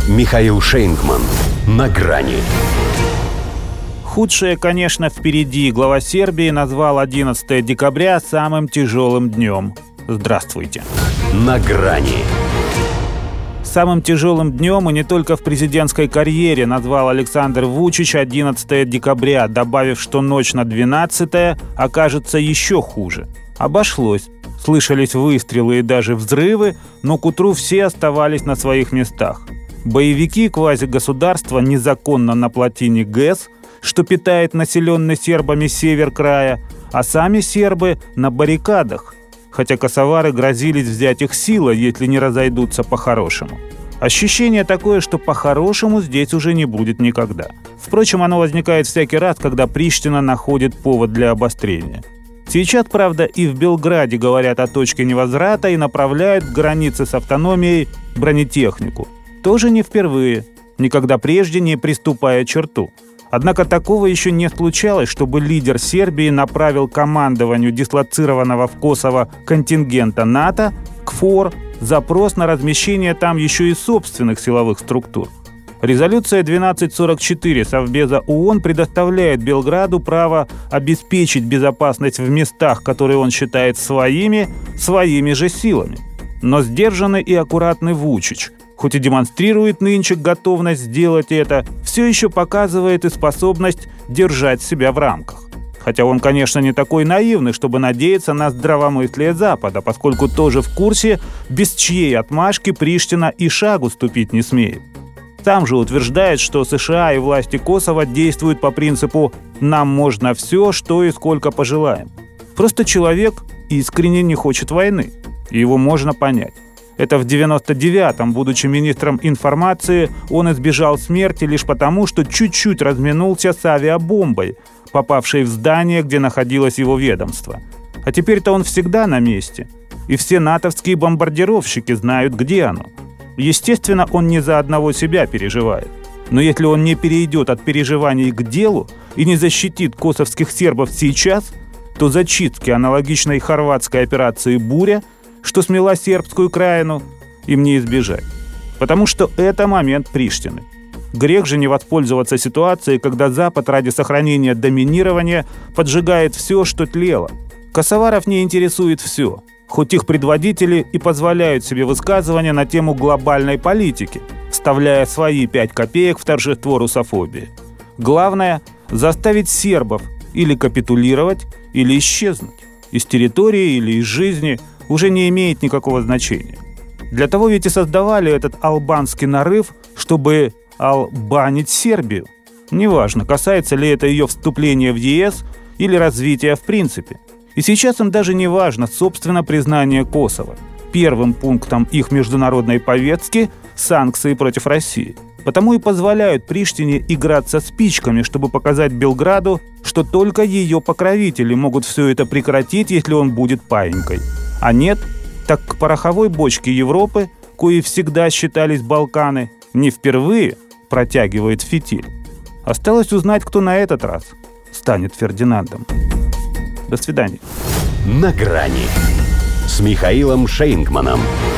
Михаил Шейнгман. На грани. Худшее, конечно, впереди. Глава Сербии назвал 11 декабря самым тяжелым днем. Здравствуйте. На грани. Самым тяжелым днем, и не только в президентской карьере, назвал Александр Вучич 11 декабря, добавив, что ночь на 12 окажется еще хуже. Обошлось. Слышались выстрелы и даже взрывы, но к утру все оставались на своих местах. Боевики квазигосударства незаконно на плотине ГЭС, что питает населенный сербами север края, а сами сербы на баррикадах, хотя косовары грозились взять их силой, если не разойдутся по-хорошему. Ощущение такое, что по-хорошему здесь уже не будет никогда. Впрочем, оно возникает всякий раз, когда Приштина находит повод для обострения. Сейчас, правда, и в Белграде говорят о точке невозврата и направляют к границе с автономией бронетехнику. Тоже не впервые, никогда прежде не приступая черту. Однако такого еще не случалось, чтобы лидер Сербии направил командованию дислоцированного в Косово контингента НАТО, КФОР, запрос на размещение там еще и собственных силовых структур. Резолюция 1244 Совбеза ООН предоставляет Белграду право обеспечить безопасность в местах, которые он считает своими же силами. Но сдержанный и аккуратный Вучич, хоть и демонстрирует нынче готовность сделать это, все еще показывает и способность держать себя в рамках. Хотя он, конечно, не такой наивный, чтобы надеяться на здравомыслие Запада, поскольку тоже в курсе, без чьей отмашки Приштина и шагу ступить не смеет. Сам же утверждает, что США и власти Косово действуют по принципу «нам можно все, что и сколько пожелаем». Просто человек искренне не хочет войны, и его можно понять. Это в 99-м, будучи министром информации, он избежал смерти лишь потому, что чуть-чуть разминулся с авиабомбой, попавшей в здание, где находилось его ведомство. А теперь-то он всегда на месте, и все натовские бомбардировщики знают, где оно. Естественно, он не за одного себя переживает. Но если он не перейдет от переживаний к делу и не защитит косовских сербов сейчас, то зачистки аналогичной хорватской операции «Буря», что смела сербскую краину, им не избежать. Потому что это момент Приштины. Грех же не воспользоваться ситуацией, когда Запад ради сохранения доминирования поджигает все, что тлело. Косоваров не интересует все, хоть их предводители и позволяют себе высказывания на тему глобальной политики, вставляя свои 5 копеек в торжество русофобии. Главное – заставить сербов или капитулировать, или исчезнуть. Из территории или из жизни уже не имеет никакого значения. Для того ведь и создавали этот албанский нарыв, чтобы албанить Сербию. Неважно, касается ли это ее вступления в ЕС или развития в принципе. И сейчас им даже не важно, собственно, признание Косово. Первым пунктом их международной повестки – санкции против России. Потому и позволяют Приштине играться спичками, чтобы показать Белграду, что только ее покровители могут все это прекратить, если он будет паинькой. А нет, так к пороховой бочке Европы, кои всегда считались Балканы, не впервые протягивает фитиль. Осталось узнать, кто на этот раз станет Фердинандом. До свидания. На грани с Михаилом Шейнгманом.